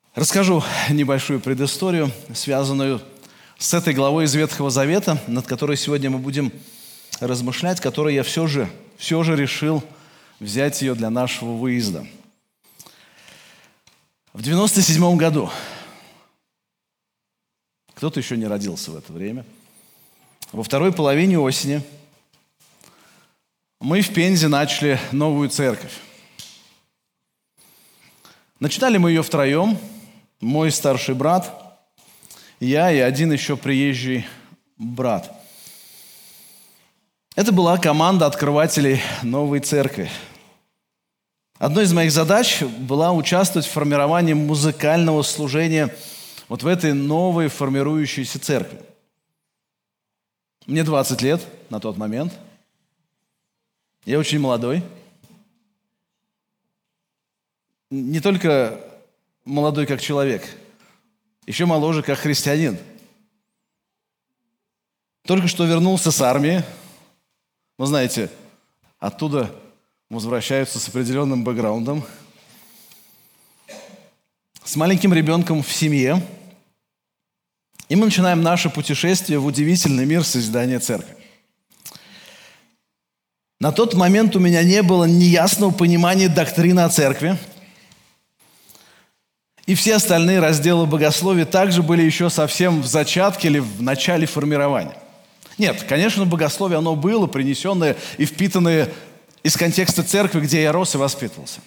Расскажу небольшую предысторию, связанную с этой главой из Ветхого Завета, над которой сегодня мы будем размышлять, которой я все же решил взять ее для нашего выезда. В 97 году, кто-то еще не родился в это время, во второй половине осени мы в Пензе начали новую церковь. Начинали мы ее втроем, мой старший брат, я и один еще приезжий брат. Это была команда открывателей новой церкви. Одной из моих задач была участвовать в формировании музыкального служения вот в этой новой формирующейся церкви. Мне 20 лет на тот момент. Я очень молодой. Не только молодой как человек, еще моложе как христианин. Только что вернулся с армии. Вы знаете, оттуда возвращаются с определенным бэкграундом. С маленьким ребенком в семье. И мы начинаем наше путешествие в удивительный мир созидания церкви. На тот момент у меня не было неясного понимания доктрины о церкви. И все остальные разделы богословия также были еще совсем в зачатке или в начале формирования. Нет, конечно, богословие оно было принесенное и впитанное из контекста церкви, где я рос и воспитывался.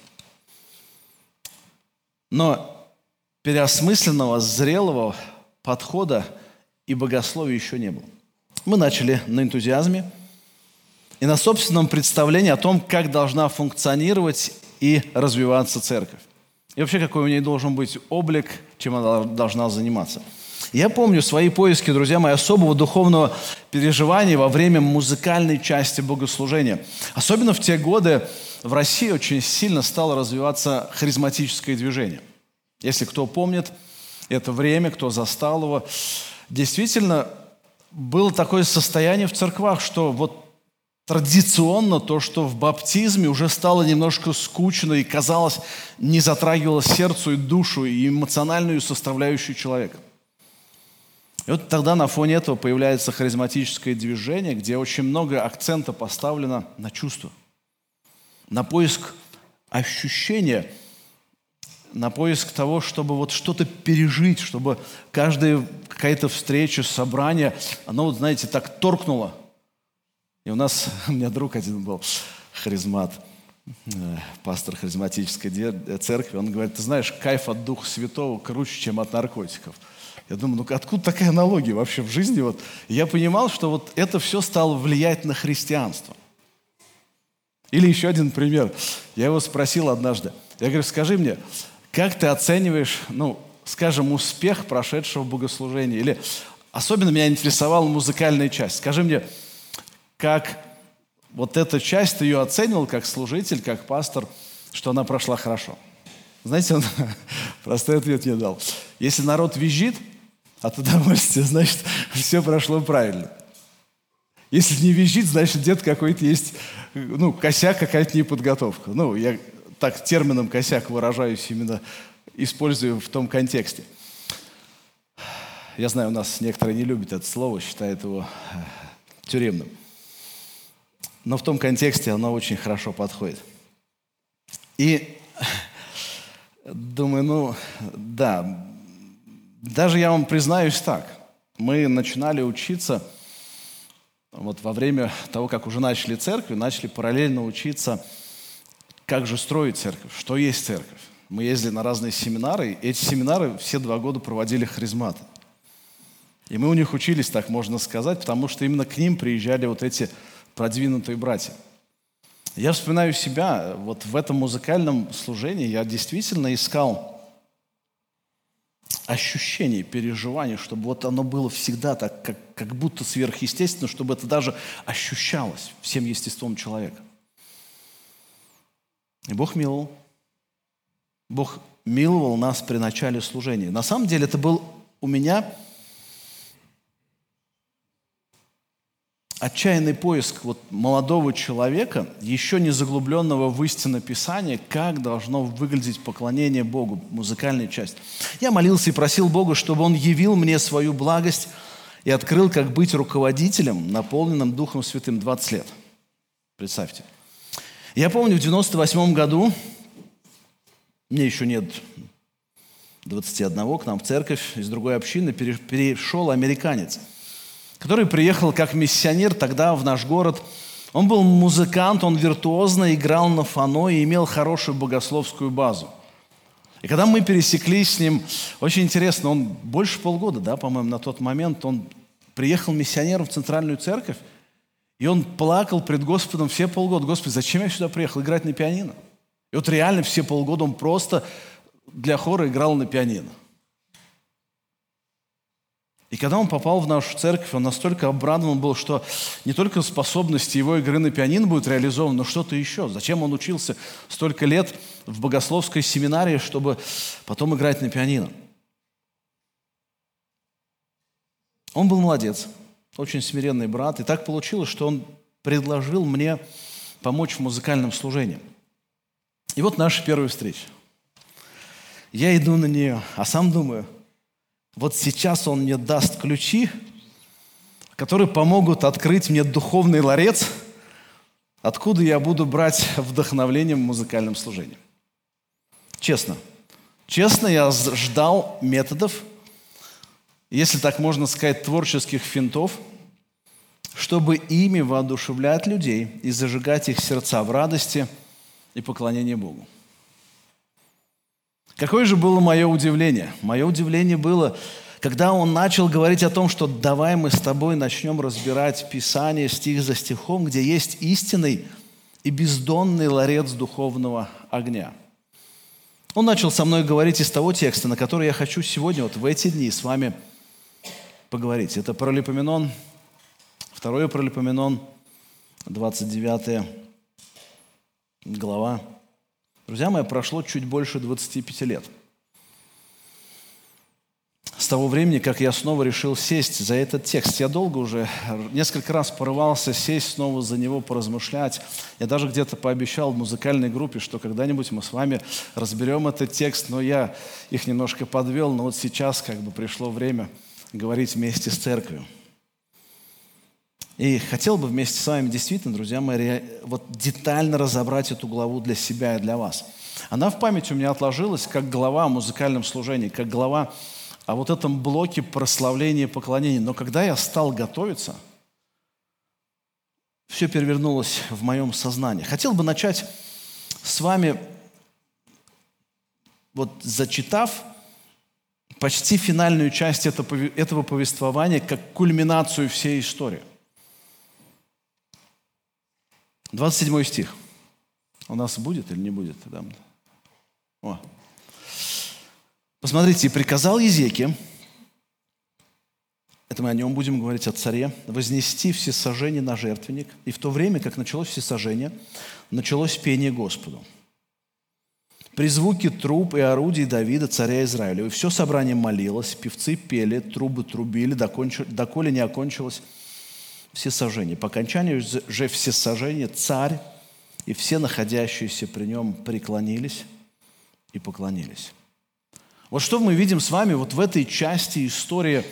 Но переосмысленного, зрелого подхода и богословия еще не было. Мы начали на энтузиазме и на собственном представлении о том, как должна функционировать и развиваться церковь. И вообще, какой у нее должен быть облик, чем она должна заниматься. Я помню свои поиски, друзья мои, особого духовного переживания во время музыкальной части богослужения. Особенно в те годы в России очень сильно стало развиваться харизматическое движение. Если кто помнит это время, кто застал его, действительно было такое состояние в церквах, что вот традиционно то, что в баптизме уже стало немножко скучно и, казалось, не затрагивало сердцу и душу и эмоциональную составляющую человека. И вот тогда на фоне этого появляется харизматическое движение, где очень много акцента поставлено на чувства, на поиск ощущения, на поиск того, чтобы вот что-то пережить, чтобы каждая какая-то встреча, собрание, оно, вот, знаете, так торкнуло. И у меня друг один был, харизмат, пастор харизматической церкви, он говорит: ты знаешь, кайф от Духа Святого круче, чем от наркотиков. Я думаю, ну откуда такая аналогия вообще в жизни? Вот. И я понимал, что вот это все стало влиять на христианство. Или еще один пример. Я его спросил однажды. Я говорю: скажи мне, как ты оцениваешь, скажем, успех прошедшего богослужения? Или особенно меня интересовала музыкальная часть. Скажи мне, как вот эта часть, ты ее оценивал как служитель, как пастор, что она прошла хорошо? Знаете, он простой ответ мне дал. Если народ визжит от удовольствия, значит, все прошло правильно. Если не визжит, значит, где-то какой-то есть, косяк, какая-то неподготовка. Я так термином «косяк» выражаюсь, именно использую в том контексте. Я знаю, у нас некоторые не любят это слово, считают его тюремным. Но в том контексте оно очень хорошо подходит. И думаю, да, даже я вам признаюсь так. Мы начинали учиться, вот во время того, как уже начали церковь, начали параллельно учиться, как же строить церковь, что есть церковь. Мы ездили на разные семинары, и эти семинары все 2 года проводили харизматы. И мы у них учились, так можно сказать, потому что именно к ним приезжали вот эти продвинутые братья. Я вспоминаю себя, вот в этом музыкальном служении я действительно искал ощущений, переживаний, чтобы вот оно было всегда так, как будто сверхъестественно, чтобы это даже ощущалось всем естеством человека. И Бог миловал. Бог миловал нас при начале служения. На самом деле это был у меня отчаянный поиск вот молодого человека, еще не заглубленного в истину Писания, как должно выглядеть поклонение Богу, музыкальная часть. Я молился и просил Бога, чтобы Он явил мне свою благость и открыл, как быть руководителем, наполненным Духом Святым 20 лет. Представьте. Я помню, в 98 году, мне еще нет 21, к нам в церковь из другой общины перешел американец, который приехал как миссионер тогда в наш город. Он был музыкант, он виртуозно играл на фано и имел хорошую богословскую базу. И когда мы пересеклись с ним, очень интересно, он больше полгода, да, по-моему, на тот момент, он приехал миссионером в Центральную церковь, и он плакал пред Господом все полгода. Господи, зачем я сюда приехал? Играть на пианино. И вот реально все полгода он просто для хора играл на пианино. И когда он попал в нашу церковь, он настолько обрадован был, что не только способности его игры на пианино будут реализованы, но что-то еще. Зачем он учился столько лет в богословской семинарии, чтобы потом играть на пианино? Он был молодец, очень смиренный брат. И так получилось, что он предложил мне помочь в музыкальном служении. И вот наша первая встреча. Я иду на нее, а сам думаю, вот сейчас он мне даст ключи, которые помогут открыть мне духовный ларец, откуда я буду брать вдохновение в музыкальном служении. Честно, я ждал методов, если так можно сказать, творческих финтов, чтобы ими воодушевлять людей и зажигать их сердца в радости и поклонении Богу. Какое же было мое удивление? Мое удивление было, когда он начал говорить о том, что давай мы с тобой начнем разбирать Писание стих за стихом, где есть истинный и бездонный ларец духовного огня. Он начал со мной говорить из того текста, на который я хочу сегодня, вот в эти дни с вами поговорить. Это Паралипоменон, 2 Паралипоменон, 29 глава. Друзья мои, прошло чуть больше 25 лет. С того времени, как я снова решил сесть за этот текст. Я долго уже, несколько раз порывался сесть снова за него, поразмышлять. Я даже где-то пообещал в музыкальной группе, что когда-нибудь мы с вами разберем этот текст, но я их немножко подвел. Но вот сейчас как бы пришло время говорить вместе с церковью. И хотел бы вместе с вами действительно, друзья мои, вот детально разобрать эту главу для себя и для вас. Она в памяти у меня отложилась как глава о музыкальном служении, как глава о вот этом блоке прославления и поклонения. Но когда я стал готовиться, все перевернулось в моем сознании. Хотел бы начать с вами, вот зачитав почти финальную часть этого повествования, как кульминацию всей истории. 27 стих. У нас будет или не будет? О. Посмотрите, «И приказал Езекия», это мы о нем будем говорить, о царе, «вознести всесожжение на жертвенник. И в то время, как началось всесожжение, началось пение Господу. При звуке труб и орудий Давида, царя Израиля. И все собрание молилось, певцы пели, трубы трубили, доколе не окончилось всесожжение. По окончанию же всесожжения царь и все находящиеся при нем преклонились и поклонились». Вот что мы видим с вами вот в этой части истории,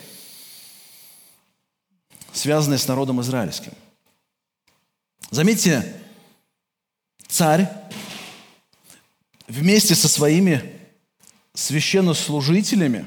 связанной с народом израильским. Заметьте, царь вместе со своими священнослужителями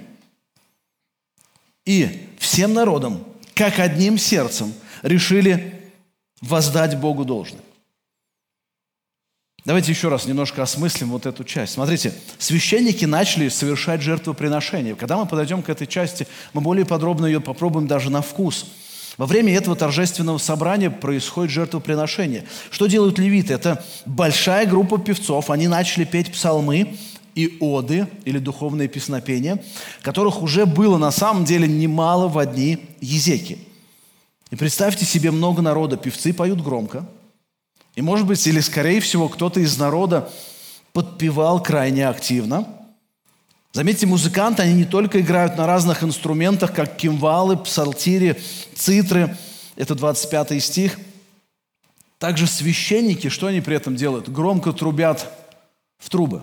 и всем народом, как одним сердцем, решили воздать Богу должное. Давайте еще раз немножко осмыслим вот эту часть. Смотрите, священники начали совершать жертвоприношения. Когда мы подойдем к этой части, мы более подробно ее попробуем даже на вкус. Во время этого торжественного собрания происходит жертвоприношение. Что делают левиты? Это большая группа певцов. Они начали петь псалмы и оды, или духовные песнопения, которых уже было на самом деле немало во дни Езекии. И представьте себе, много народа, певцы поют громко. И, может быть, или, скорее всего, кто-то из народа подпевал крайне активно. Заметьте, музыканты, они не только играют на разных инструментах, как кимвалы, псалтири, цитры. это 25 стих. Также священники, что они при этом делают? Громко трубят в трубы.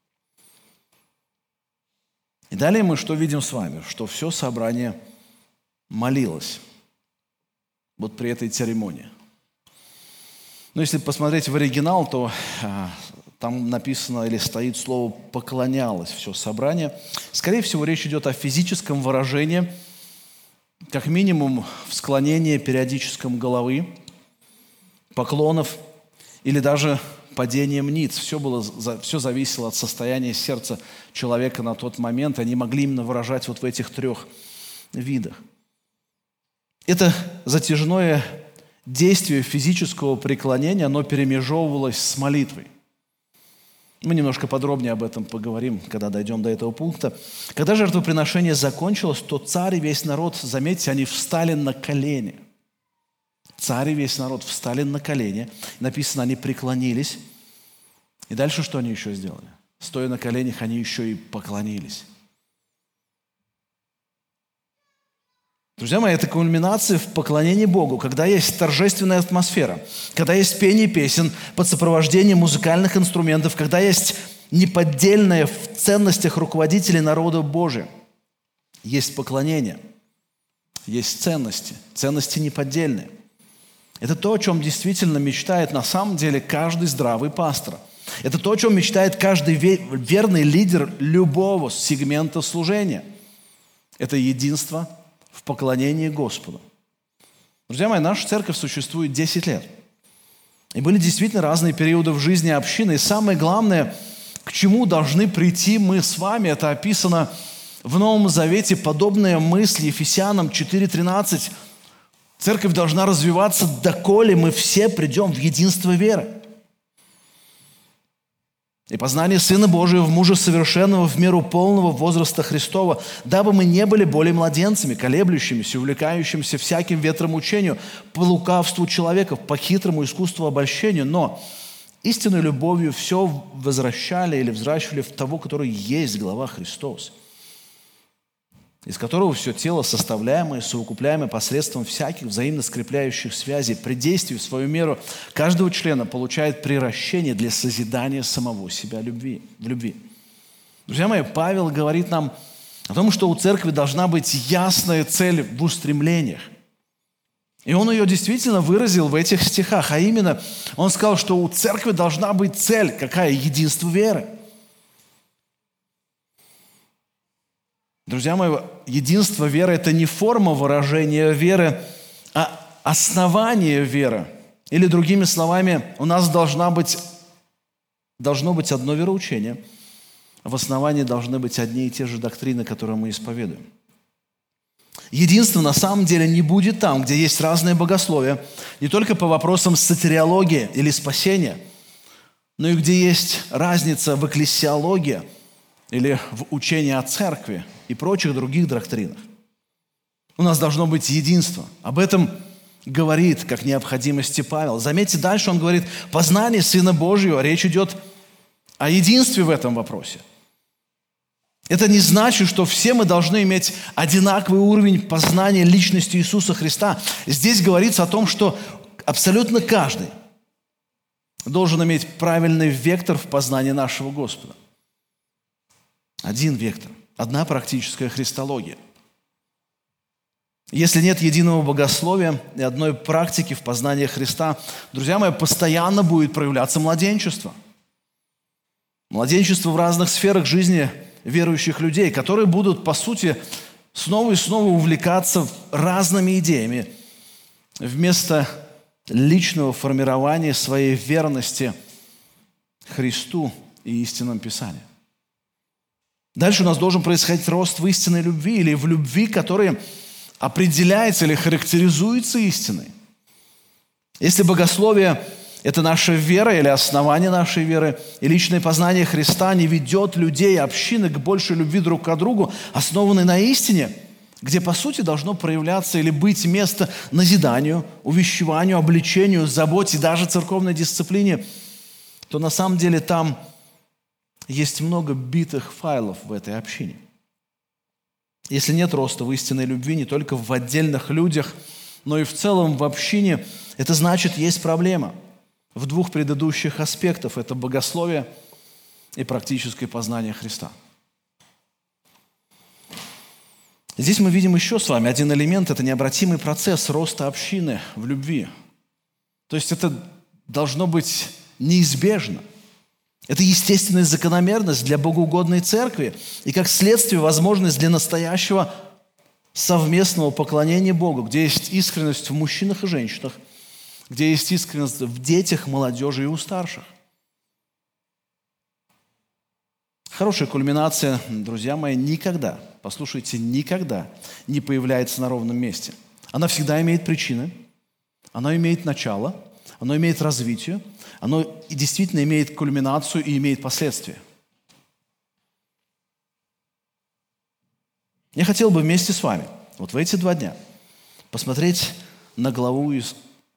И далее мы что видим с вами? Что все собрание молилось вот при этой церемонии. Но если посмотреть в оригинал, то там написано или стоит слово «поклонялось» все собрание. Скорее всего, речь идет о физическом выражении, как минимум в склонении периодическом головы, поклонов или даже падением ниц. Все зависело от состояния сердца человека на тот момент. Они могли именно выражать вот в этих 3 видах. Это затяжное действие физического преклонения, оно перемежевывалось с молитвой. Мы немножко подробнее об этом поговорим, когда дойдем до этого пункта. Когда жертвоприношение закончилось, то царь и весь народ, заметьте, они встали на колени. Царь и весь народ встали на колени. Написано, они преклонились. И дальше что они еще сделали? Стоя на коленях, они еще и поклонились. Друзья мои, это кульминация в поклонении Богу, когда есть торжественная атмосфера, когда есть пение песен под сопровождением музыкальных инструментов, когда есть неподдельное в ценностях руководителей народа Божия. Есть поклонение, есть ценности, ценности неподдельные. Это то, о чем действительно мечтает на самом деле каждый здравый пастор. Это то, о чем мечтает каждый верный лидер любого сегмента служения. Это единство в поклонении Господу. Друзья мои, наша церковь существует 10 лет. И были действительно разные периоды в жизни общины. И самое главное, к чему должны прийти мы с вами, это описано в Новом Завете, подобные мысли Ефесянам 4:13. Церковь должна развиваться, доколе мы все придем в единство веры и познание Сына Божия в мужа совершенного в меру полного возраста Христова, дабы мы не были более младенцами, колеблющимися, увлекающимися всяким ветром учению, по лукавству человеков, по хитрому искусству обольщению, но истинной любовью все возвращали или взращивали в того, который есть глава Христос, из которого все тело, составляемое, совокупляемое посредством всяких взаимно скрепляющих связей, при действии в свою меру каждого члена получает приращение для созидания самого себя в любви. Друзья мои, Павел говорит нам о том, что у церкви должна быть ясная цель в устремлениях. И он ее действительно выразил в этих стихах, а именно, он сказал, что у церкви должна быть цель, какая? Единство веры. Друзья мои, единство веры – это не форма выражения веры, а основание веры. Или другими словами, у нас должно быть одно вероучение, а в основании должны быть одни и те же доктрины, которые мы исповедуем. Единство на самом деле не будет там, где есть разные богословия, не только по вопросам сотириологии или спасения, но и где есть разница в экклесиологии или в учении о церкви и прочих других доктринах. У нас должно быть единство. Об этом говорит, как необходимости Павел. Заметьте, дальше он говорит, познание Сына Божьего, речь идет о единстве в этом вопросе. Это не значит, что все мы должны иметь одинаковый уровень познания личности Иисуса Христа. Здесь говорится о том, что абсолютно каждый должен иметь правильный вектор в познании нашего Господа. Один вектор, одна практическая христология. Если нет единого богословия и одной практики в познании Христа, друзья мои, постоянно будет проявляться младенчество. Младенчество в разных сферах жизни верующих людей, которые будут, по сути, снова и снова увлекаться разными идеями вместо личного формирования своей верности Христу и истинному Писанию. Дальше у нас должен происходить рост в истинной любви или в любви, которая определяется или характеризуется истиной. Если богословие – это наша вера или основание нашей веры, и личное познание Христа не ведет людей, общины к большей любви друг к другу, основанной на истине, где, по сути, должно проявляться или быть место назиданию, увещеванию, обличению, заботе, даже церковной дисциплине, то на самом деле там есть много битых файлов в этой общине. Если нет роста в истинной любви не только в отдельных людях, но и в целом в общине, это значит, есть проблема в двух предыдущих аспектах. Это богословие и практическое познание Христа. Здесь мы видим еще с вами один элемент – это необратимый процесс роста общины в любви. То есть это должно быть неизбежно. Это естественная закономерность для богоугодной церкви и, как следствие, возможность для настоящего совместного поклонения Богу, где есть искренность в мужчинах и женщинах, где есть искренность в детях, молодежи и у старших. Хорошая кульминация, друзья мои, никогда, послушайте, никогда не появляется на ровном месте. Она всегда имеет причины, она имеет начало, оно имеет развитие, оно действительно имеет кульминацию и имеет последствия. Я хотел бы вместе с вами вот в эти 2 дня посмотреть на главу из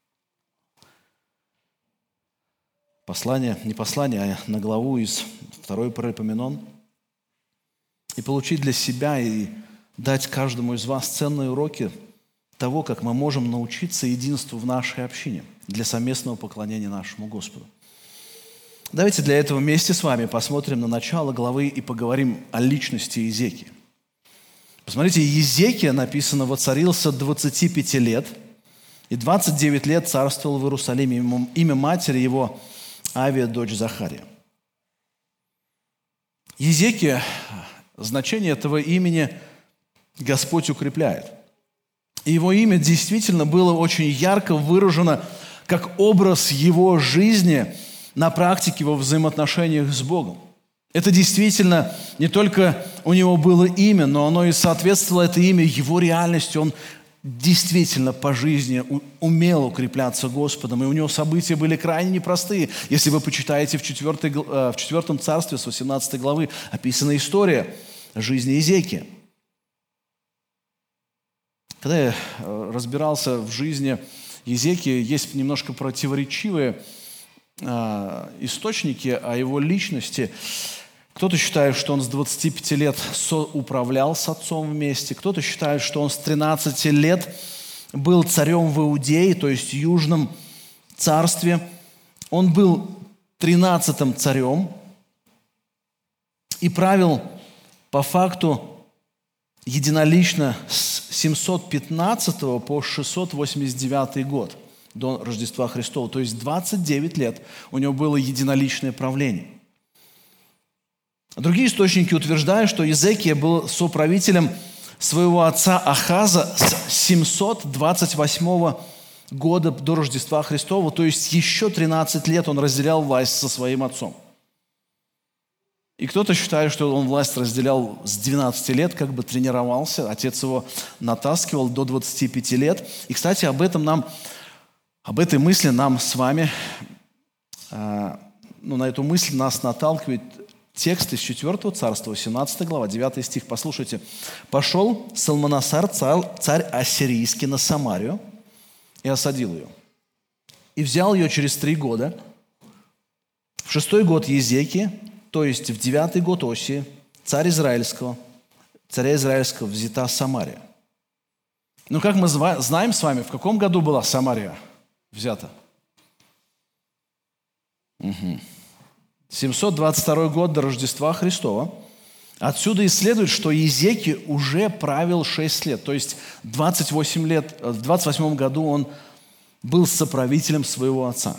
послания, не послания, а на главу из 2 Паралипоменон и получить для себя и дать каждому из вас ценные уроки того, как мы можем научиться единству в нашей общине для совместного поклонения нашему Господу. Давайте для этого вместе с вами посмотрим на начало главы и поговорим о личности Иезекии. Посмотрите, Иезекия, написано, воцарился 25 лет, и 29 лет царствовал в Иерусалиме. Имя матери его Авия, дочь Захария. Иезекия, значение этого имени Господь укрепляет. И его имя действительно было очень ярко выражено как образ его жизни на практике во взаимоотношениях с Богом. Это действительно не только у него было имя, но оно и соответствовало это имя его реальности. Он действительно по жизни умел укрепляться Господом, и у него события были крайне непростые. Если вы почитаете в 4 царстве с 18 главы описана история жизни Иезекии. Когда я разбирался в жизни Иезекии, есть немножко противоречивые источники о его личности. Кто-то считает, что он с 25 лет управлял с отцом вместе. Кто-то считает, что он с 13 лет был царем в Иудее, то есть в Южном царстве. Он был 13-м царем и правил по факту единолично с 715 по 689 год до Рождества Христова. То есть 29 лет у него было единоличное правление. Другие источники утверждают, что Иезекия был соправителем своего отца Ахаза с 728 года до Рождества Христова, то есть еще 13 лет он разделял власть со своим отцом. И кто-то считает, что он власть разделял с 12 лет, как бы тренировался, отец его натаскивал до 25 лет. И, кстати, об этой мысли нам с вами, на эту мысль нас наталкивает текст из 4 царства, 18 глава, 9 стих. Послушайте. «Пошел Салманасар, царь ассирийский, на Самарию и осадил ее. И взял ее через 3 года. В 6-й год Иезекии, то есть в 9-й год Осии, царя Израильского взята Самария». Ну, как мы знаем с вами, в каком году была Самария взята? 722 год до Рождества Христова. Отсюда и следует, что Иезекия уже правил 6 лет. То есть 28 лет, в 28 году он был соправителем своего отца.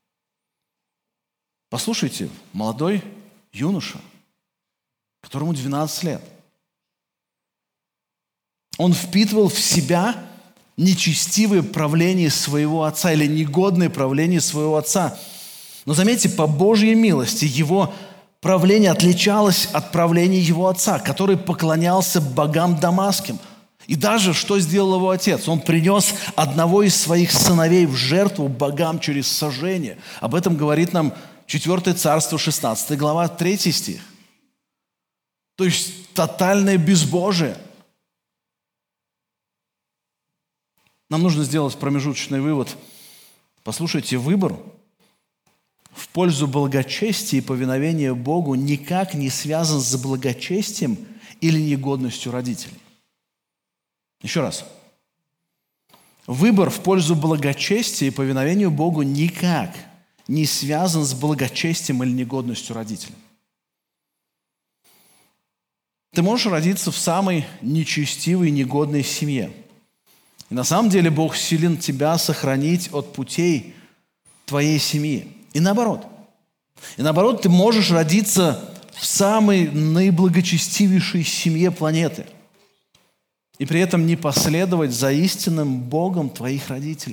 Послушайте, молодой юноша, которому 12 лет. Он впитывал в себя нечестивое правление своего отца или негодное правление своего отца. Но заметьте, по Божьей милости его правление отличалось от правления его отца, который поклонялся богам дамасским. И даже что сделал его отец? Он принес одного из своих сыновей в жертву богам через сожжение. Об этом говорит нам 4 царство, 16 глава, 3 стих. То есть тотальное безбожие. Нам нужно сделать промежуточный вывод. Послушайте, выбор в пользу благочестия и повиновения Богу никак не связан с благочестием или негодностью родителей. Еще раз. Выбор в пользу благочестия и повиновению Богу никак не связан с благочестием или негодностью родителей. Ты можешь родиться в самой нечестивой и негодной семье. И на самом деле Бог силен тебя сохранить от путей твоей семьи. И наоборот. И наоборот, ты можешь родиться в самой наиблагочестивейшей семье планеты и при этом не последовать за истинным Богом твоих родителей.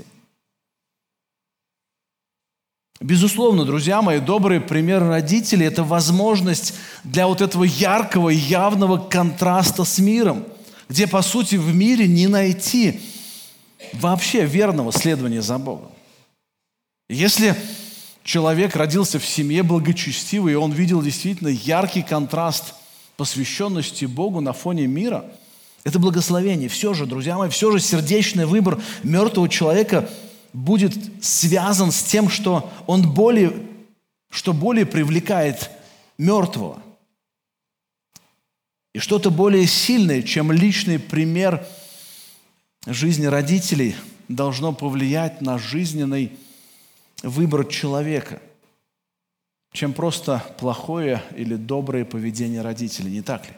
Безусловно, друзья мои, добрый пример родителей – это возможность для вот этого яркого, явного контраста с миром, где, по сути, в мире не найти вообще верного следования за Богом. Если человек родился в семье благочестивой, и он видел действительно яркий контраст посвященности Богу на фоне мира, это благословение. Все же, друзья мои, все же сердечный выбор мертвого человека будет связан с тем, что более привлекает мертвого. И что-то более сильное, чем личный пример жизни родителей, должно повлиять на жизненный выбор человека, чем просто плохое или доброе поведение родителей, не так ли?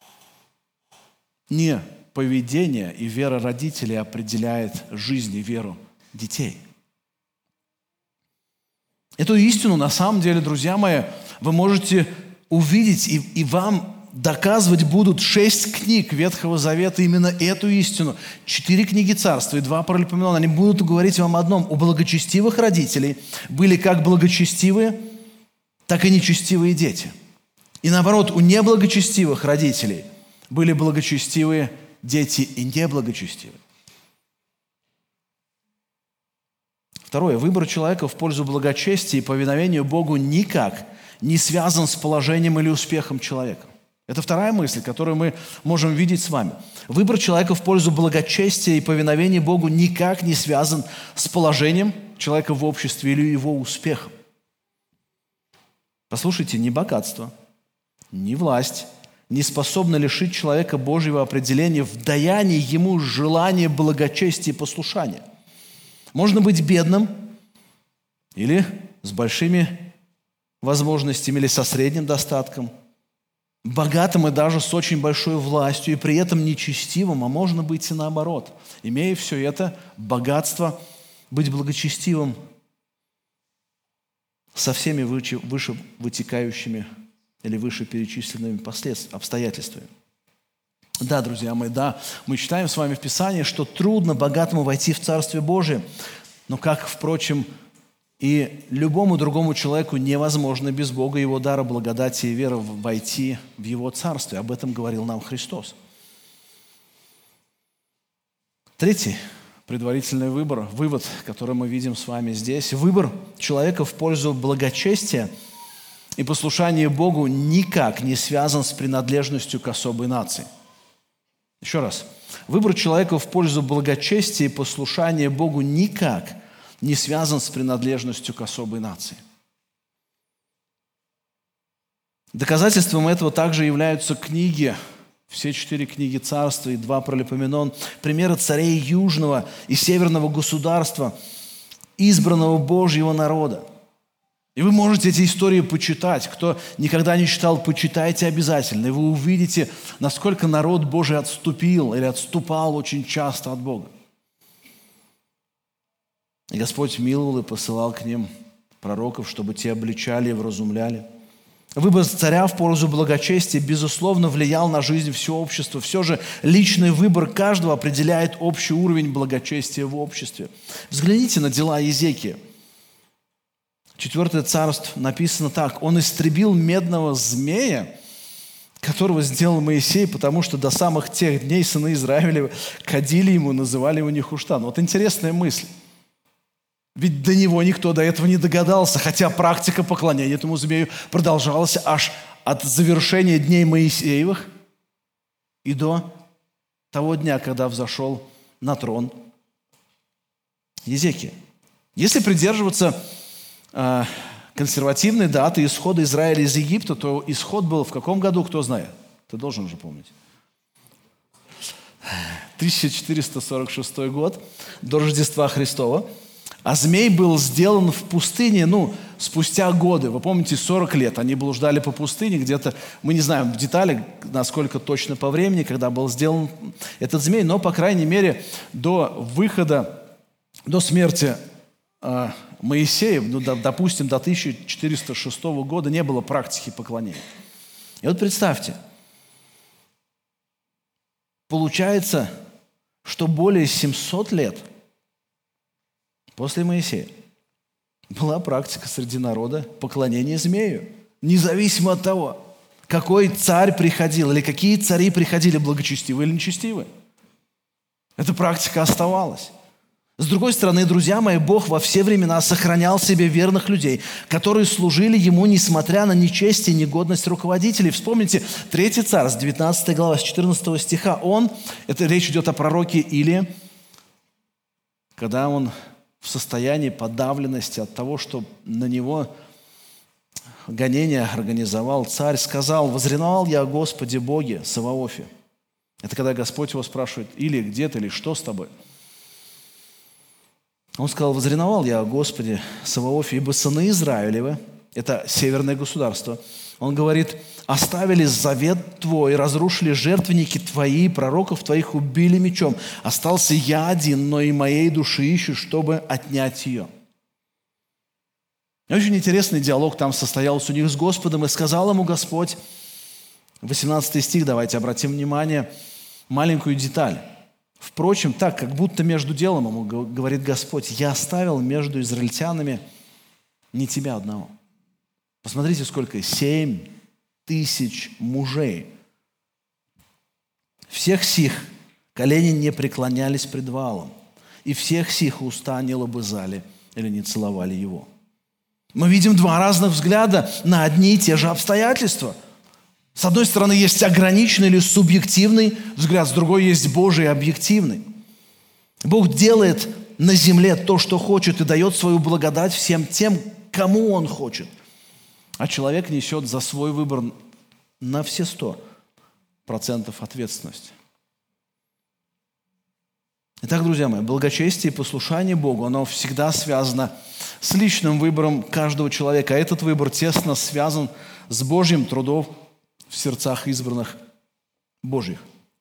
Не поведение и вера родителей определяет жизнь и веру детей. Эту истину, на самом деле, друзья мои, вы можете увидеть, и вам доказывать будут 6 книг Ветхого Завета именно эту истину. 4 книги Царства и 2 Паралипоменона. Они будут говорить вам одном. У благочестивых родителей были как благочестивые, так и нечестивые дети. И наоборот, у неблагочестивых родителей были благочестивые дети и неблагочестивые. Второе. Выбор человека в пользу благочестия и повиновению Богу никак не связан с положением или успехом человека. Это вторая мысль, которую мы можем видеть с вами. Выбор человека в пользу благочестия и повиновения Богу никак не связан с положением человека в обществе или его успехом. Послушайте, ни богатство, ни власть не способны лишить человека Божьего определения в даянии ему желания благочестия и послушания. Можно быть бедным или с большими возможностями, или со средним достатком, богатым и даже с очень большой властью, и при этом нечестивым, а можно быть и наоборот. Имея все это, богатство, быть благочестивым со всеми выше вытекающими или вышеперечисленными обстоятельствами. Да, друзья мои, да, мы читаем с вами в Писании, что трудно богатому войти в Царствие Божие, но как, впрочем, и любому другому человеку невозможно без Бога, Его дара, благодати и веры войти в Его Царствие. Об этом говорил нам Христос. Третий предварительный вывод, который мы видим с вами здесь. Выбор человека в пользу благочестия и послушания Богу никак не связан с принадлежностью к особой нации. Еще раз. Выбор человека в пользу благочестия и послушания Богу никак не связан с принадлежностью к особой нации. Доказательством этого также являются книги, все 4 книги Царства и 2 Паралипоменон, примеры царей южного и северного государства, избранного Божьего народа. И вы можете эти истории почитать. Кто никогда не читал, почитайте обязательно. И вы увидите, насколько народ Божий отступил или отступал очень часто от Бога. И Господь миловал и посылал к ним пророков, чтобы те обличали и вразумляли. Выбор царя в пользу благочестия, безусловно, влиял на жизнь всего общества. Все же личный выбор каждого определяет общий уровень благочестия в обществе. Взгляните на дела Иезекия. 4 Царств написано так. Он истребил медного змея, которого сделал Моисей, потому что до самых тех дней сыны Израилева кадили ему, называли его Нехуштан. Вот интересная мысль. Ведь до него никто до этого не догадался, хотя практика поклонения этому змею продолжалась аж от завершения дней Моисеевых и до того дня, когда взошел на трон Иезекия. Если придерживаться консервативной даты исхода Израиля из Египта, то исход был в каком году, кто знает? Ты должен уже помнить. 1446 год до Рождества Христова. А змей был сделан в пустыне, спустя годы. Вы помните, 40 лет они блуждали по пустыне, где-то, мы не знаем в деталях, насколько точно по времени, когда был сделан этот змей, но, по крайней мере, до смерти Моисея, допустим, до 1406 года не было практики поклонения. И вот представьте, получается, что более 700 лет после Моисея была практика среди народа поклонения змею. Независимо от того, какой царь приходил или какие цари приходили, благочестивые или нечестивые. Эта практика оставалась. С другой стороны, друзья мои, Бог во все времена сохранял себе верных людей, которые служили Ему, несмотря на нечестие и негодность руководителей. Вспомните, 3 Царств, 19 глава, с 14 стиха. Это речь идет о пророке Илии, когда он в состоянии подавленности от того, что на него гонение организовал царь, сказал: «Возревновал я о Господе Боге Саваофе». Это когда Господь его спрашивает: «Или где ты, или что с тобой?» Он сказал: «Возревновал я о Господе Саваофе, ибо сыны Израилевы», это северное государство, он говорит: «оставили завет Твой, разрушили жертвенники Твои, пророков Твоих убили мечом. Остался я один, но и моей души ищу, чтобы отнять ее». Очень интересный диалог там состоялся у них с Господом, и сказал ему Господь, 18 стих, давайте обратим внимание, маленькую деталь. «Впрочем, так, как будто между делом, ему говорит Господь, я оставил между израильтянами не тебя одного». Посмотрите, сколько: 7 тысяч мужей. Всех сих колени не преклонялись пред Ваалом, и всех сих уста не лобызали или не целовали его. Мы видим два разных взгляда на одни и те же обстоятельства. С одной стороны, есть ограниченный или субъективный взгляд, с другой есть Божий объективный. Бог делает на земле то, что хочет, и дает свою благодать всем тем, кому Он хочет. А человек несет за свой выбор на все 100% ответственность. Итак, друзья мои, благочестие и послушание Богу, оно всегда связано с личным выбором каждого человека. А этот выбор тесно связан с Божьим трудом в сердцах избранных Божьих.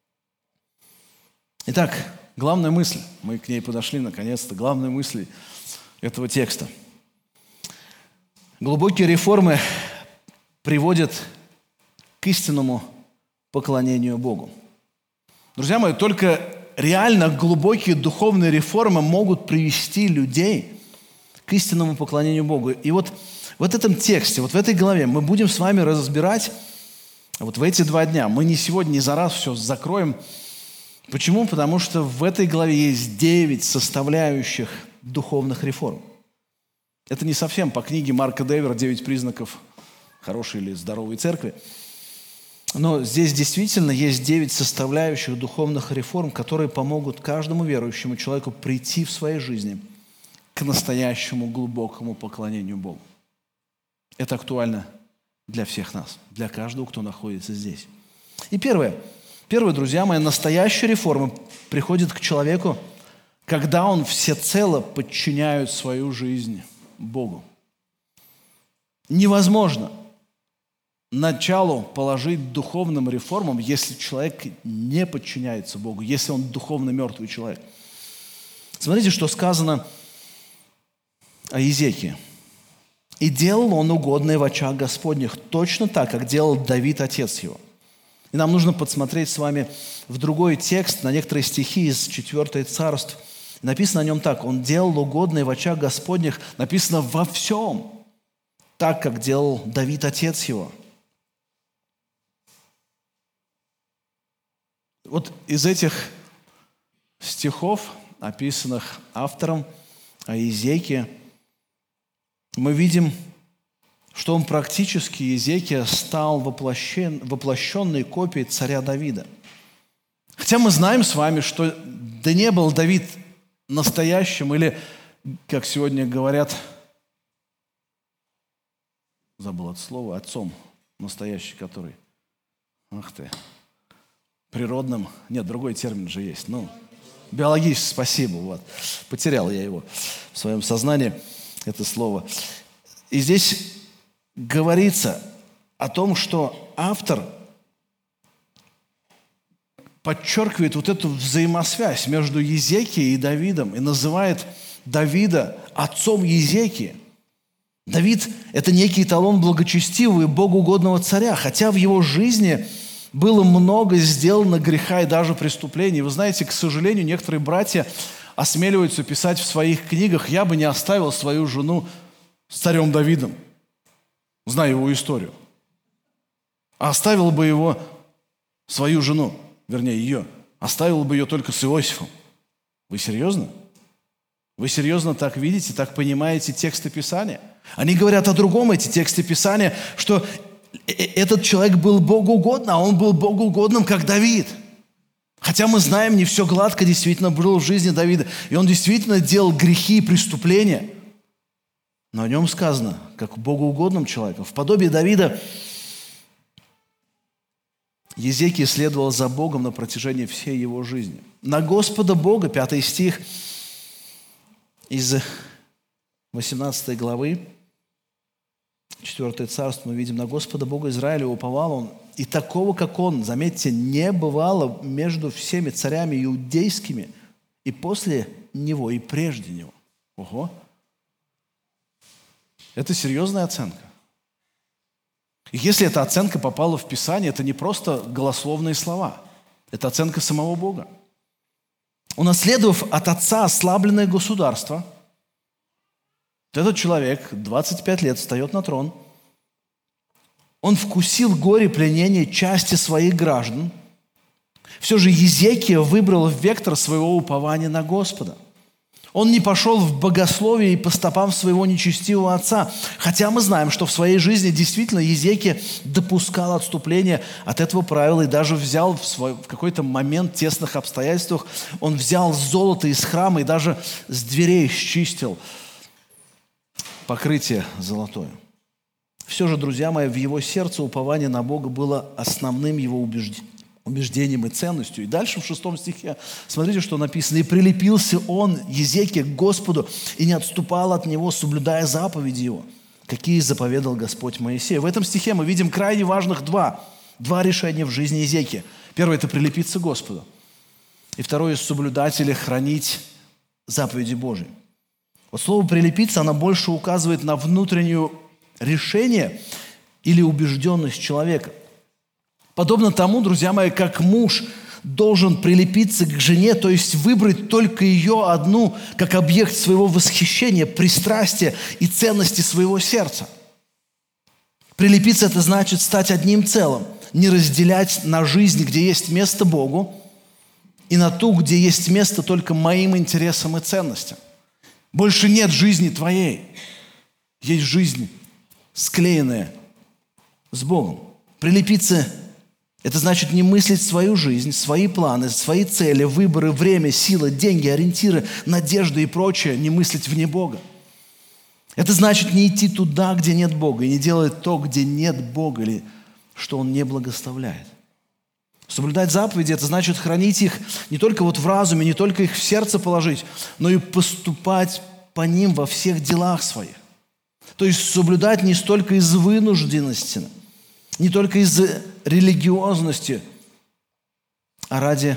Итак, главная мысль, мы к ней подошли наконец-то, главная мысль этого текста. Глубокие реформы приводят к истинному поклонению Богу. Друзья мои, только реально глубокие духовные реформы могут привести людей к истинному поклонению Богу. И вот в этом тексте, вот в этой главе мы будем с вами разбирать вот в эти 2 дня. Мы не сегодня, не за раз все закроем. Почему? Потому что в этой главе есть 9 составляющих духовных реформ. Это не совсем по книге Марка Девера «9 признаков хорошей или здоровой церкви». Но здесь действительно есть 9 составляющих духовных реформ, которые помогут каждому верующему человеку прийти в своей жизни к настоящему глубокому поклонению Богу. Это актуально для всех нас, для каждого, кто находится здесь. И первое, друзья мои, настоящая реформа приходит к человеку, когда он всецело подчиняет свою жизнь Богу. Невозможно началу положить духовным реформам, если человек не подчиняется Богу, если он духовно мертвый человек. Смотрите, что сказано о Иезекии. «И делал он угодное в очах Господних, точно так, как делал Давид, отец его». И нам нужно подсмотреть с вами в другой текст, на некоторые стихи из 4 Царств. Написано о нем так: «Он делал угодное в очах Господних», написано «во всем, так, как делал Давид, отец его». Вот из этих стихов, описанных автором о Иезекии, мы видим, что он практически, Иезекия, стал воплощенной копией царя Давида. Хотя мы знаем с вами, что да не был Давид настоящим, или, как сегодня говорят, забыл это слово, отцом настоящий, который, ах ты, природным, нет, другой термин же есть, биологически, спасибо, вот. Потерял я его в своем сознании, это слово. И здесь говорится о том, что автор подчеркивает вот эту взаимосвязь между Езекией и Давидом и называет Давида отцом Езекии. Давид – это некий эталон благочестивого и богоугодного царя, хотя в его жизни было много сделано греха и даже преступлений. Вы знаете, к сожалению, некоторые братья осмеливаются писать в своих книгах: «Я бы не оставил свою жену с царем Давидом», зная его историю, а оставил бы его, свою жену, вернее, ее, оставил бы ее только с Иосифом. Вы серьезно? Вы серьезно так видите, так понимаете тексты Писания? Они говорят о другом, эти тексты Писания, что этот человек был богоугодным, а он был богоугодным, как Давид. Хотя мы знаем, не все гладко действительно было в жизни Давида, и он действительно делал грехи и преступления. Но о нем сказано, как богоугодным человеком. В подобии Давида Езекия следовал за Богом на протяжении всей его жизни. На Господа Бога, 5 стих из 18 главы, 4 царство, мы видим: «На Господа Бога Израиля уповал он, и такого, как он, заметьте, не бывало между всеми царями иудейскими и после него, и прежде него». Ого! Это серьезная оценка. И если эта оценка попала в Писание, это не просто голословные слова. Это оценка самого Бога. Унаследовав от отца ослабленное государство, этот человек 25 лет встает на трон. Он вкусил горе пленения части своих граждан. Все же Езекия выбрал вектор своего упования на Господа. Он не пошел в богословие и по стопам своего нечестивого отца. Хотя мы знаем, что в своей жизни действительно Езекия допускал отступление от этого правила и даже взял в какой-то момент, в тесных обстоятельствах, он взял золото из храма и даже с дверей счистил покрытие золотое. Все же, друзья мои, в его сердце упование на Бога было основным его убеждением и ценностью. И дальше в 6 стихе, смотрите, что написано: «И прилепился он, Езекия, к Господу, и не отступал от него, соблюдая заповеди его, какие заповедал Господь Моисею». В этом стихе мы видим крайне важных два решения в жизни Езекии. Первое – это прилепиться к Господу. И второе – соблюдать или хранить заповеди Божьи. Вот слово «прилепиться», оно больше указывает на внутреннее решение или убежденность человека. Подобно тому, друзья мои, как муж должен прилепиться к жене, то есть выбрать только ее одну как объект своего восхищения, пристрастия и ценности своего сердца. Прилепиться – это значит стать одним целым, не разделять на жизнь, где есть место Богу, и на ту, где есть место только моим интересам и ценностям. Больше нет жизни твоей, есть жизнь, склеенная с Богом. Прилепиться – это значит не мыслить свою жизнь, свои планы, свои цели, выборы, время, силы, деньги, ориентиры, надежды и прочее, не мыслить вне Бога. Это значит не идти туда, где нет Бога, и не делать то, где нет Бога, или что Он не благословляет. Соблюдать заповеди – это значит хранить их не только в разуме, не только их в сердце положить, но и поступать по ним во всех делах своих. То есть соблюдать не столько из вынужденности, не только из религиозности, а ради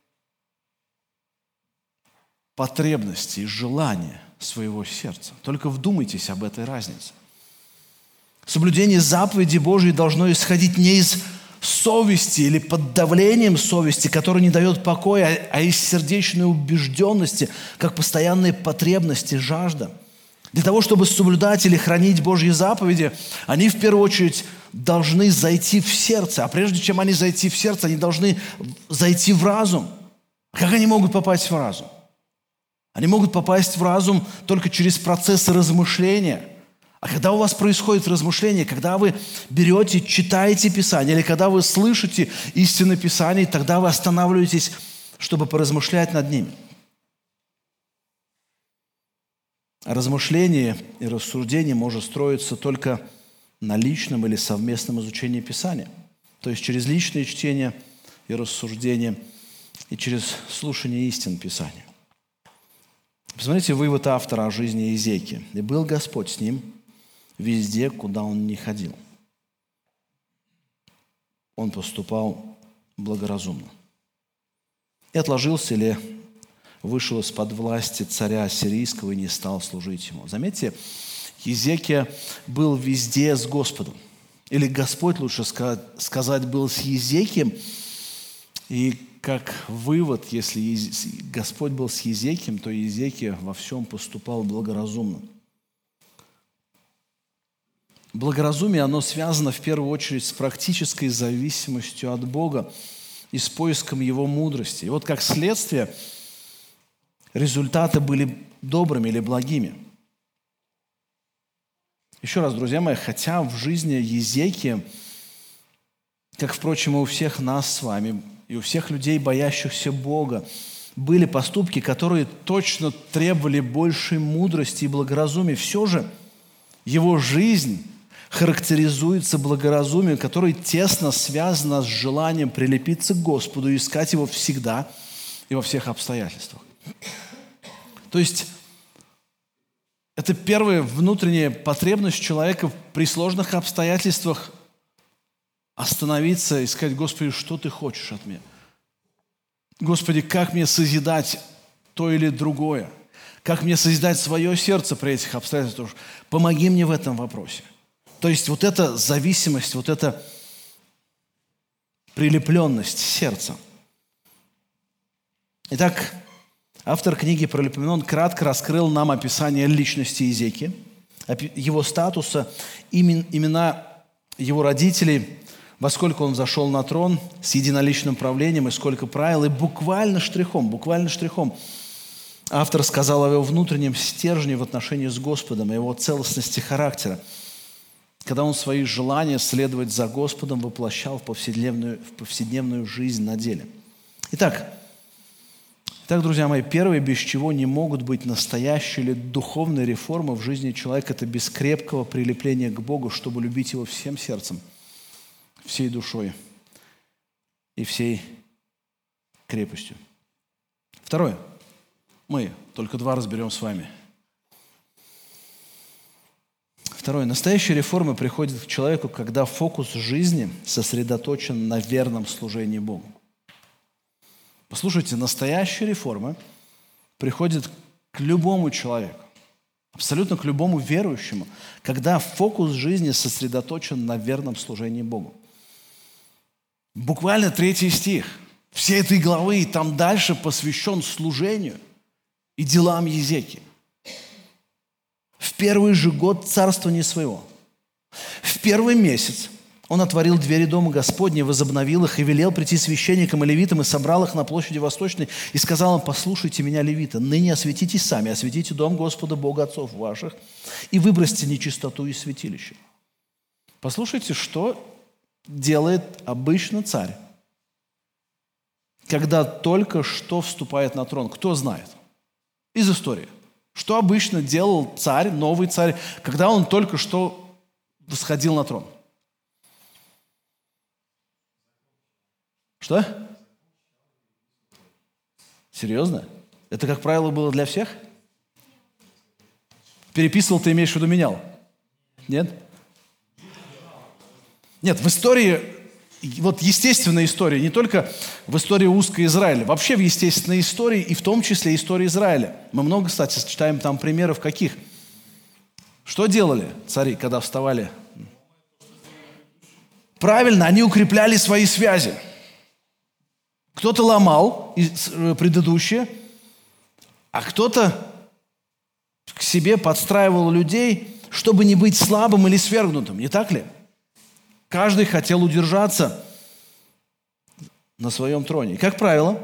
потребности и желания своего сердца. Только вдумайтесь об этой разнице. Соблюдение заповедей Божьей должно исходить не из совести или под давлением совести, которая не дает покоя, а из сердечной убежденности, как постоянные потребности, жажда. Для того, чтобы соблюдать или хранить Божьи заповеди, они в первую очередь должны зайти в сердце. А прежде чем они зайти в сердце, они должны зайти в разум. Как они могут попасть в разум? Они могут попасть в разум только через процесс размышления. А когда у вас происходит размышление, когда вы берете, читаете Писание, или когда вы слышите истины Писания, тогда вы останавливаетесь, чтобы поразмышлять над ними. Размышление и рассуждение может строиться только на личном или совместном изучении Писания. То есть через личное чтение, и рассуждение, и через слушание истин Писания. Посмотрите вывод автора о жизни Иезекия. «И был Господь с ним везде, куда он ни ходил. Он поступал благоразумно. И отложился ли, вышел из-под власти царя ассирийского и не стал служить ему». Заметьте, Иезекия был везде с Господом. Или Господь, лучше сказать, был с Иезекием. И как вывод, если Господь был с Иезекием, то Иезекия во всем поступал благоразумно. Благоразумие, оно связано в первую очередь с практической зависимостью от Бога и с поиском Его мудрости. И вот как следствие результаты были добрыми или благими. Еще раз, друзья мои, хотя в жизни Иезекия, как, впрочем, и у всех нас с вами, и у всех людей, боящихся Бога, были поступки, которые точно требовали большей мудрости и благоразумия, все же его жизнь характеризуется благоразумием, которое тесно связано с желанием прилепиться к Господу и искать Его всегда и во всех обстоятельствах. То есть это первая внутренняя потребность человека при сложных обстоятельствах остановиться и сказать: Господи, что Ты хочешь от меня? Господи, как мне созидать то или другое? Как мне созидать свое сердце при этих обстоятельствах? Помоги мне в этом вопросе. То есть вот эта зависимость, вот эта прилепленность сердца. Итак, автор книги «Паралипоменон» кратко раскрыл нам описание личности Иезекии, его статуса, имена его родителей, во сколько он взошел на трон с единоличным правлением и сколько правил. И буквально штрихом автор сказал о его внутреннем стержне в отношении с Господом, о его целостности характера, когда он свои желания следовать за Господом воплощал в повседневную жизнь на деле. Итак, друзья мои, первое, без чего не могут быть настоящие или духовные реформы в жизни человека, это без крепкого прилепления к Богу, чтобы любить Его всем сердцем, всей душой и всей крепостью. Второе. Мы только два разберем с вами. Второе. Настоящие реформы приходят к человеку, когда фокус жизни сосредоточен на верном служении Богу. Послушайте, настоящие реформы приходят к любому человеку, абсолютно к любому верующему, когда фокус жизни сосредоточен на верном служении Богу. Буквально 3 стих всей этой главы, и там дальше посвящен служению и делам Иезекии. В первый же год царствования своего, в первый месяц, он отворил двери дома Господня, возобновил их и велел прийти священникам и левитам, и собрал их на площади Восточной, и сказал им: послушайте меня, левиты, ныне осветитесь сами, осветите дом Господа Бога отцов ваших, и выбросьте нечистоту из святилища. Послушайте, что делает обычно царь, когда только что вступает на трон. Кто знает? Из истории. Что обычно делал царь, новый царь, когда он только что восходил на трон? Что? Серьезно? Это, как правило, было для всех? Переписывал, ты имеешь в виду менял? Нет? Нет, в истории, вот естественная история, не только в истории узкой Израиля, вообще в естественной истории, и в том числе истории Израиля. Мы много, кстати, читаем там примеров каких. Что делали цари, когда вставали? Правильно, они укрепляли свои связи. Кто-то ломал предыдущее, а кто-то к себе подстраивал людей, чтобы не быть слабым или свергнутым. Не так ли? Каждый хотел удержаться на своем троне. И, как правило,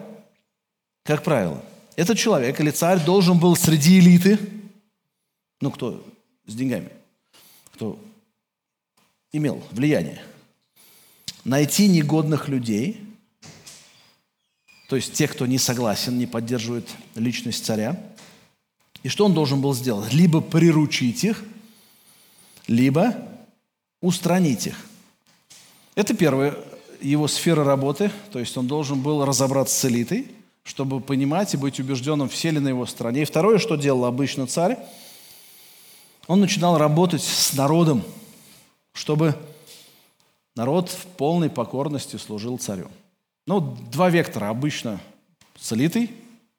этот человек или царь должен был среди элиты, кто с деньгами, кто имел влияние, найти негодных людей, то есть тех, кто не согласен, не поддерживает личность царя. И что он должен был сделать? Либо приручить их, либо устранить их. Это первое его сфера работы, то есть он должен был разобраться с элитой, чтобы понимать и быть убежденным, все ли на его стороне. И второе, что делал обычно царь, он начинал работать с народом, чтобы народ в полной покорности служил царю. Ну, два вектора обычно с элитой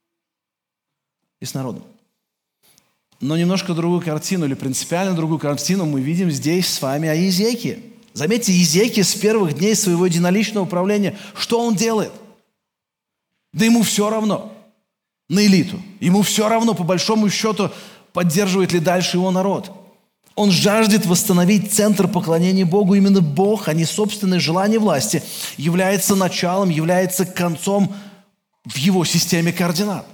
и с народом. Но немножко другую картину или принципиально другую картину мы видим здесь с вами о Иезекии. Заметьте, Иезекия с первых дней своего единоличного правления, что он делает? Да ему все равно на элиту. Ему все равно, по большому счету, поддерживает ли дальше его народ. Он жаждет восстановить центр поклонения Богу. Именно Бог, а не собственное желание власти, является началом, является концом в его системе координат.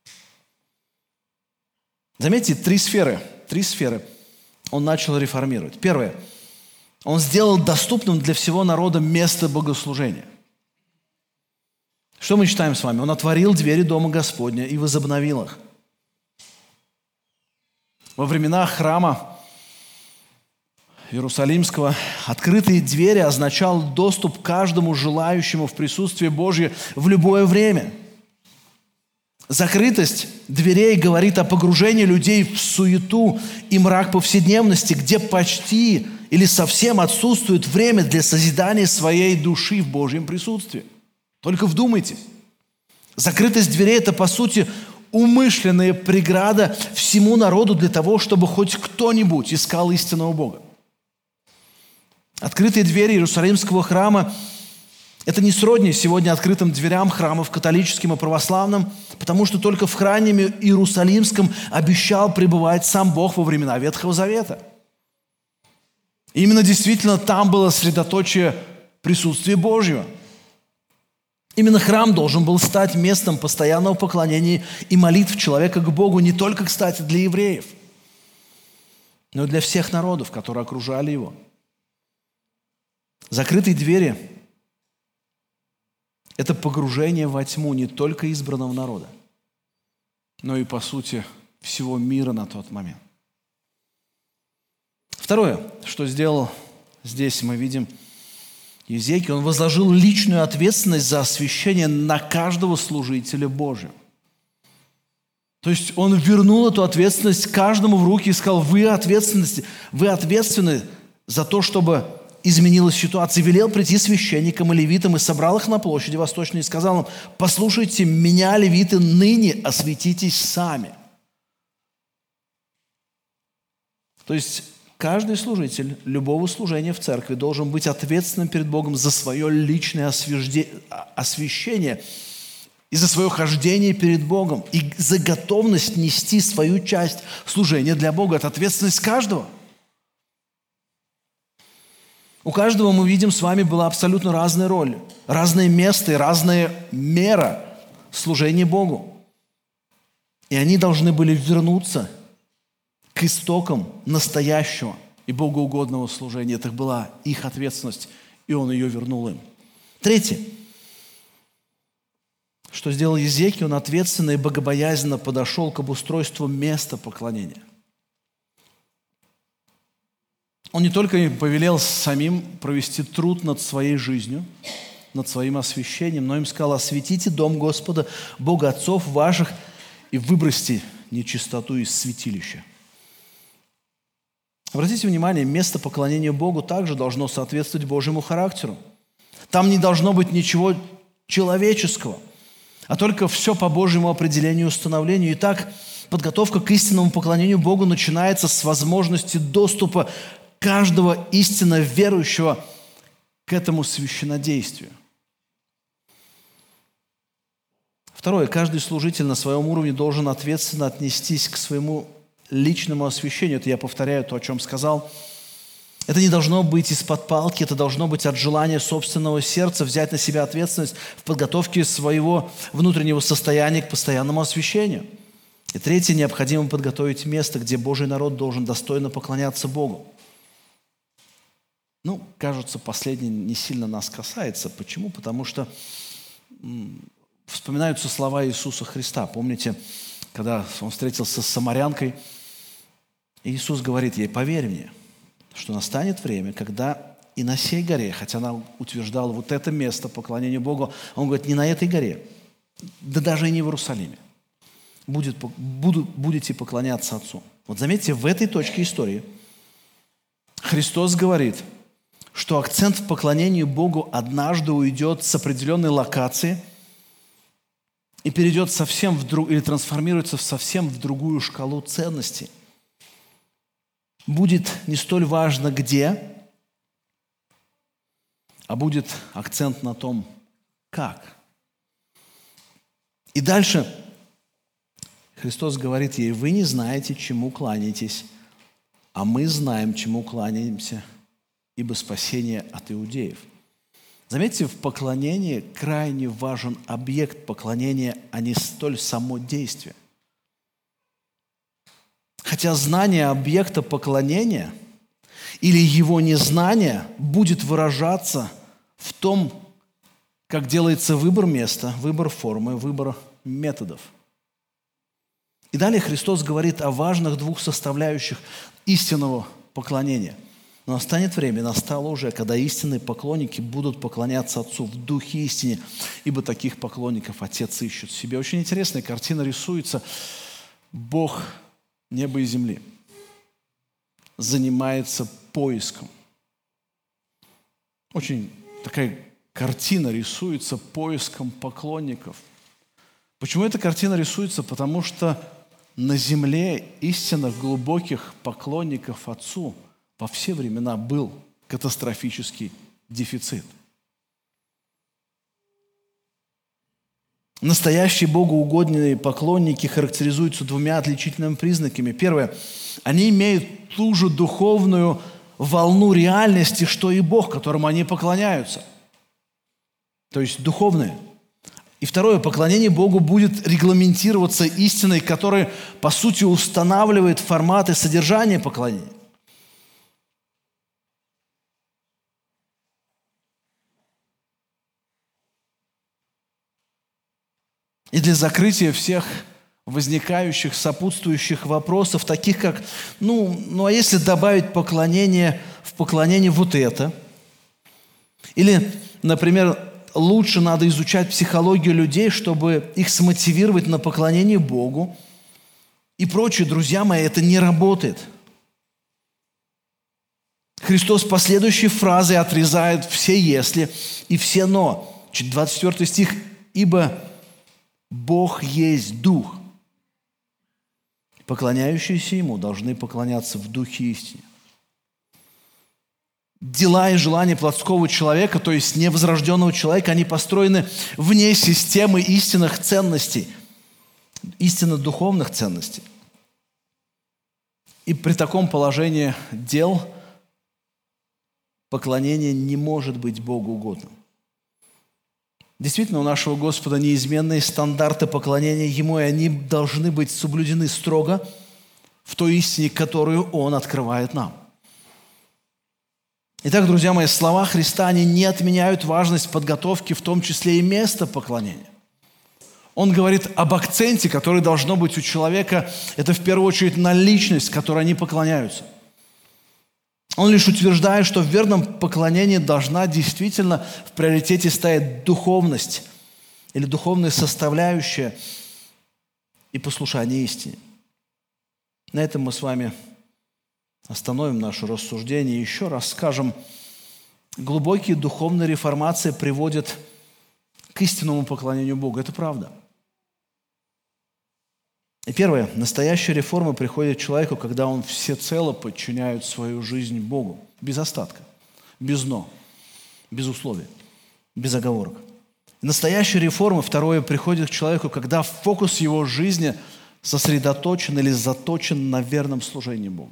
Заметьте, три сферы он начал реформировать. Первое. Он сделал доступным для всего народа место богослужения. Что мы читаем с вами? Он отворил двери Дома Господня и возобновил их. Во времена храма Иерусалимского открытые двери означал доступ каждому желающему в присутствие Божье в любое время. Закрытость дверей говорит о погружении людей в суету и мрак повседневности, где почти или совсем отсутствует время для созидания своей души в Божьем присутствии. Только вдумайтесь. Закрытость дверей – это, по сути, умышленная преграда всему народу для того, чтобы хоть кто-нибудь искал истинного Бога. Открытые двери Иерусалимского храма – это не сродни сегодня открытым дверям храмов католическим и православным, потому что только в храме Иерусалимском обещал пребывать сам Бог во времена Ветхого Завета. И именно действительно там было средоточие присутствия Божьего. Именно храм должен был стать местом постоянного поклонения и молитв человека к Богу, не только, кстати, для евреев, но и для всех народов, которые окружали его. Закрытые двери – это погружение во тьму не только избранного народа, но и, по сути, всего мира на тот момент. Второе, что сделал здесь, мы видим Иезекия, он возложил личную ответственность за освящение на каждого служителя Божьего. То есть он вернул эту ответственность каждому в руки и сказал: вы ответственны за то, чтобы изменилась ситуация. Велел прийти священникам и левитам и собрал их на площади Восточной и сказал им: послушайте меня, левиты, ныне осветитесь сами. То есть каждый служитель любого служения в церкви должен быть ответственным перед Богом за свое личное освящение и за свое хождение перед Богом, и за готовность нести свою часть служения для Бога. Это ответственность каждого. У каждого, мы видим, с вами была абсолютно разная роль, разное место и разная мера служения Богу. И они должны были вернуться к истокам настоящего и богоугодного служения. Это была их ответственность, и он ее вернул им. Третье. Что сделал Иезекия? Он ответственно и богобоязненно подошел к обустройству места поклонения. Он не только им повелел самим провести труд над своей жизнью, над своим освящением, но им сказал: осветите дом Господа, Бога отцов ваших, и выбросьте нечистоту из святилища. Обратите внимание, место поклонения Богу также должно соответствовать Божьему характеру. Там не должно быть ничего человеческого, а только все по Божьему определению и установлению. Итак, подготовка к истинному поклонению Богу начинается с возможности доступа каждого истинно верующего к этому священнодействию. Второе. Каждый служитель на своем уровне должен ответственно отнестись к своему личному освящению. Это я повторяю то, о чем сказал. Это не должно быть из-под палки, это должно быть от желания собственного сердца взять на себя ответственность в подготовке своего внутреннего состояния к постоянному освящению. И третье. Необходимо подготовить место, где Божий народ должен достойно поклоняться Богу. Кажется, последнее не сильно нас касается. Почему? Потому что вспоминаются слова Иисуса Христа. Помните, когда он встретился с самарянкой, Иисус говорит ей: поверь мне, что настанет время, когда и на сей горе, хотя она утверждала вот это место поклонения Богу, он говорит, не на этой горе, да даже и не в Иерусалиме, будете поклоняться Отцу. Вот заметьте, в этой точке истории Христос говорит, что акцент в поклонении Богу однажды уйдет с определенной локации и перейдет совсем или трансформируется совсем в другую шкалу ценностей. Будет не столь важно где, а будет акцент на том, как. И дальше Христос говорит ей, вы не знаете, чему кланяетесь, а мы знаем, чему кланяемся, ибо спасение от иудеев. Заметьте, в поклонении крайне важен объект поклонения, а не столь само действие. Хотя знание объекта поклонения или его незнание будет выражаться в том, как делается выбор места, выбор формы, выбор методов. И далее Христос говорит о важных двух составляющих истинного поклонения. Но настанет время, настало уже, когда истинные поклонники будут поклоняться Отцу в духе истине, ибо таких поклонников Отец ищет в себе. Очень интересная картина рисуется. Бог неба и земли занимается поиском. Очень такая картина рисуется поиском поклонников. Почему эта картина рисуется? Потому что на земле истинных глубоких поклонников Отцу во все времена был катастрофический дефицит. Настоящие богоугодные поклонники характеризуются двумя отличительными признаками. Первое. Они имеют ту же духовную волну реальности, что и Бог, которому они поклоняются. То есть духовные. И второе. Поклонение Богу будет регламентироваться истиной, которая, по сути, устанавливает формат и содержание поклонения. И для закрытия всех возникающих, сопутствующих вопросов, таких как, а если добавить поклонение в поклонение вот это? Или, например, лучше надо изучать психологию людей, чтобы их смотивировать на поклонение Богу. И прочее, друзья мои, это не работает. Христос последующей фразой отрезает все «если» и все «но». 24 стих. «Ибо Бог есть Дух. Поклоняющиеся Ему должны поклоняться в Духе истине». Дела и желания плотского человека, то есть невозрожденного человека, они построены вне системы истинных ценностей, истинно духовных ценностей. И при таком положении дел поклонение не может быть Богу угодным. Действительно, у нашего Господа неизменные стандарты поклонения Ему, и они должны быть соблюдены строго в той истине, которую Он открывает нам. Итак, друзья мои, слова Христа, они не отменяют важность подготовки, в том числе и места поклонения. Он говорит об акценте, который должно быть у человека. Это в первую очередь на личность, которой они поклоняются. Он лишь утверждает, что в верном поклонении должна действительно в приоритете стоять духовность или духовная составляющая и послушание истине. На этом мы с вами остановим наше рассуждение и еще раз скажем, глубокие духовные реформации приводят к истинному поклонению Богу. Это правда. И первое. Настоящая реформа приходит к человеку, когда он всецело подчиняет свою жизнь Богу. Без остатка, без «но», без условий, без оговорок. Настоящая реформа, второе, приходит к человеку, когда фокус его жизни сосредоточен или заточен на верном служении Богу.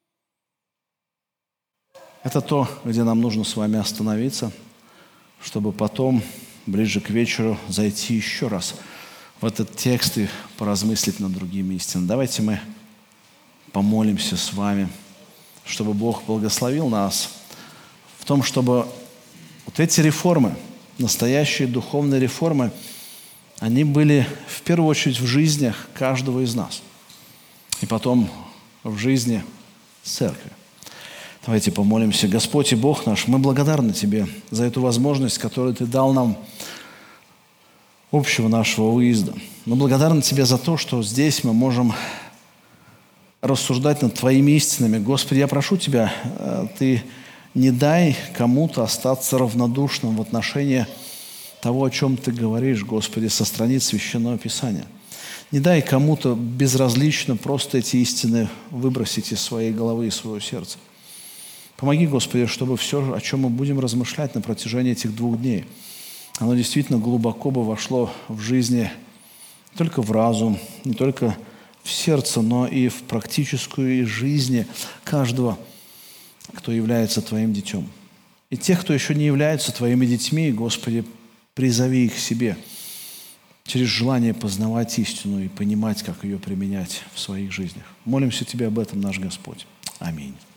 Это то, где нам нужно с вами остановиться, чтобы потом, ближе к вечеру, зайти еще раз в этот текст и поразмыслить над другими истинами. Давайте мы помолимся с вами, чтобы Бог благословил нас в том, чтобы вот эти реформы, настоящие духовные реформы, они были в первую очередь в жизнях каждого из нас и потом в жизни церкви. Давайте помолимся. Господь и Бог наш, мы благодарны Тебе за эту возможность, которую Ты дал нам общего нашего выезда. Мы благодарны Тебе за то, что здесь мы можем рассуждать над Твоими истинами. Господи, я прошу Тебя, Ты не дай кому-то остаться равнодушным в отношении того, о чем Ты говоришь, Господи, со страниц Священного Писания. Не дай кому-то безразлично просто эти истины выбросить из своей головы и своего сердца. Помоги, Господи, чтобы все, о чем мы будем размышлять на протяжении этих 2 дней, оно действительно глубоко бы вошло в жизни, не только в разум, не только в сердце, но и в практическую жизнь каждого, кто является Твоим детем. И тех, кто еще не является Твоими детьми, Господи, призови их к себе через желание познавать истину и понимать, как ее применять в своих жизнях. Молимся Тебе об этом, наш Господь. Аминь.